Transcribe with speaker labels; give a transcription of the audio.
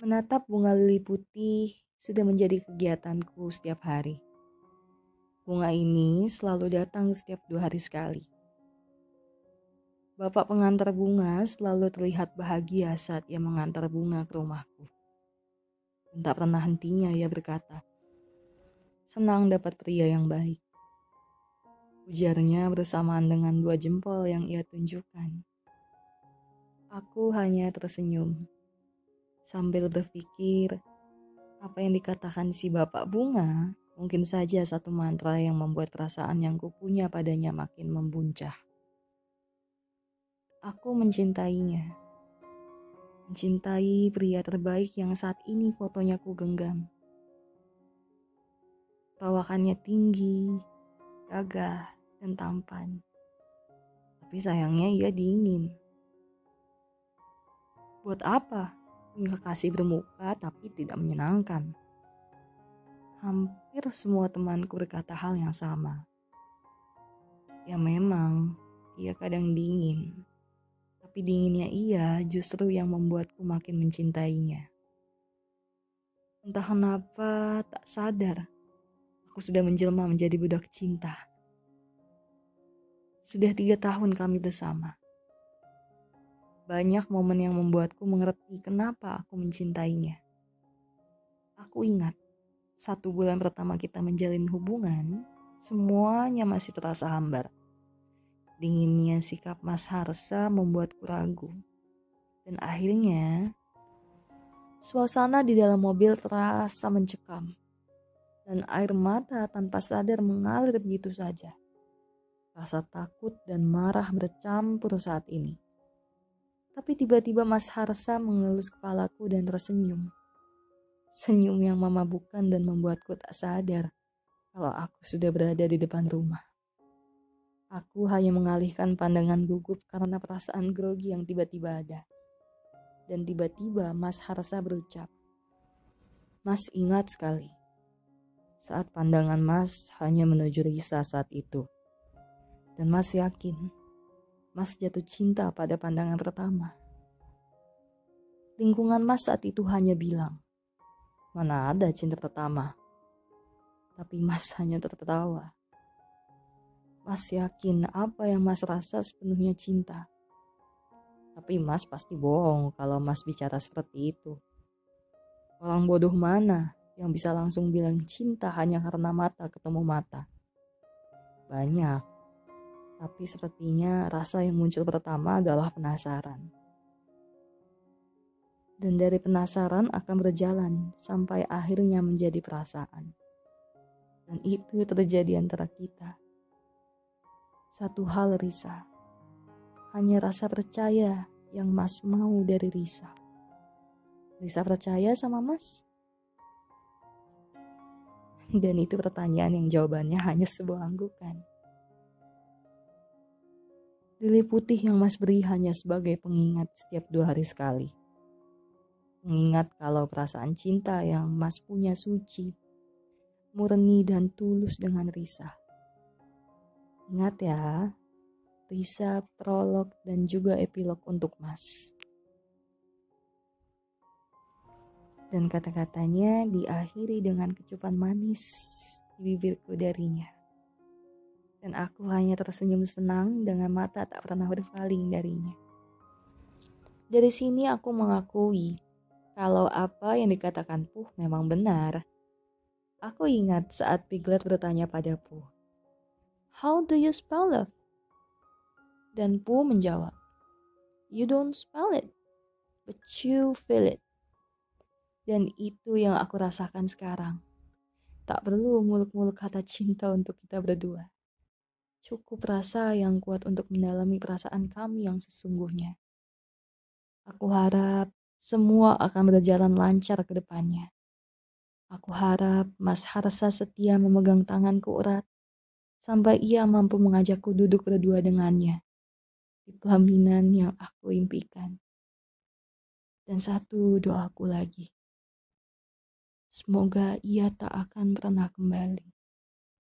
Speaker 1: Menatap bunga lili putih sudah menjadi kegiatanku setiap hari. Bunga ini selalu datang setiap 2 hari sekali. Bapak pengantar bunga selalu terlihat bahagia saat ia mengantar bunga ke rumahku. Dan tak pernah hentinya ia berkata, "Senang dapat pria yang baik." Ujarnya bersamaan dengan 2 jempol yang ia tunjukkan. Aku hanya tersenyum sambil berpikir, apa yang dikatakan si bapak bunga mungkin saja satu mantra yang membuat perasaan yang kupunya padanya makin membuncah. Aku mencintainya. Mencintai pria terbaik yang saat ini fotonya ku genggam. Perawakannya tinggi, gagah, dan tampan. Tapi sayangnya ia dingin. Buat apa? Punya kekasih bermuka tapi tidak menyenangkan. Hampir semua temanku berkata hal yang sama. Ya memang, ia kadang dingin. Tapi dinginnya ia justru yang membuatku makin mencintainya. Entah kenapa tak sadar, aku sudah menjelma menjadi budak cinta. Sudah 3 tahun kami bersama. Banyak momen yang membuatku mengerti kenapa aku mencintainya. Aku ingat, 1 bulan pertama kita menjalin hubungan, semuanya masih terasa hambar. Dinginnya sikap Mas Harsa membuatku ragu. Dan akhirnya, suasana di dalam mobil terasa mencekam. Dan air mata tanpa sadar mengalir begitu saja. Rasa takut dan marah bercampur saat ini. Tapi tiba-tiba Mas Harsa mengelus kepalaku dan tersenyum. Senyum yang memabukkan dan membuatku tak sadar kalau aku sudah berada di depan rumah. Aku hanya mengalihkan pandangan gugup karena perasaan grogi yang tiba-tiba ada. Dan tiba-tiba Mas Harsa berucap, "Mas ingat sekali, saat pandangan Mas hanya menuju Risa saat itu. Dan Mas yakin, Mas jatuh cinta pada pandangan pertama. Lingkungan Mas saat itu hanya bilang, mana ada cinta pertama. Tapi Mas hanya tertawa. Mas yakin apa yang Mas rasa sepenuhnya cinta. Tapi Mas pasti bohong kalau Mas bicara seperti itu. Orang bodoh mana yang bisa langsung bilang cinta hanya karena mata ketemu mata? Banyak. Tapi sepertinya rasa yang muncul pertama adalah penasaran. Dan dari penasaran akan berjalan sampai akhirnya menjadi perasaan. Dan itu terjadi antara kita. Satu hal Risa, hanya rasa percaya yang Mas mau dari Risa. Risa percaya sama Mas? Dan itu pertanyaan yang jawabannya hanya sebuah anggukan. Lili putih yang Mas beri hanya sebagai pengingat setiap 2 hari sekali. Mengingat kalau perasaan cinta yang Mas punya suci, murni dan tulus dengan Risa. Ingat ya, Risa, prolog dan juga epilog untuk Mas. Dan kata-katanya diakhiri dengan kecupan manis di bibirku darinya. Dan aku hanya tersenyum senang dengan mata tak pernah berpaling darinya. Dari sini aku mengakui kalau apa yang dikatakan Puh memang benar. Aku ingat saat Piglet bertanya pada Puh, "How do you spell love?" Dan Puh menjawab, "You don't spell it, but you feel it." Dan itu yang aku rasakan sekarang. Tak perlu muluk-muluk kata cinta untuk kita berdua. Cukup rasa yang kuat untuk mendalami perasaan kami yang sesungguhnya. Aku harap semua akan berjalan lancar ke depannya. Aku harap Mas Harsa setia memegang tanganku erat sampai ia mampu mengajakku duduk berdua dengannya di pelaminan yang aku impikan. Dan satu doaku lagi. Semoga ia tak akan pernah kembali.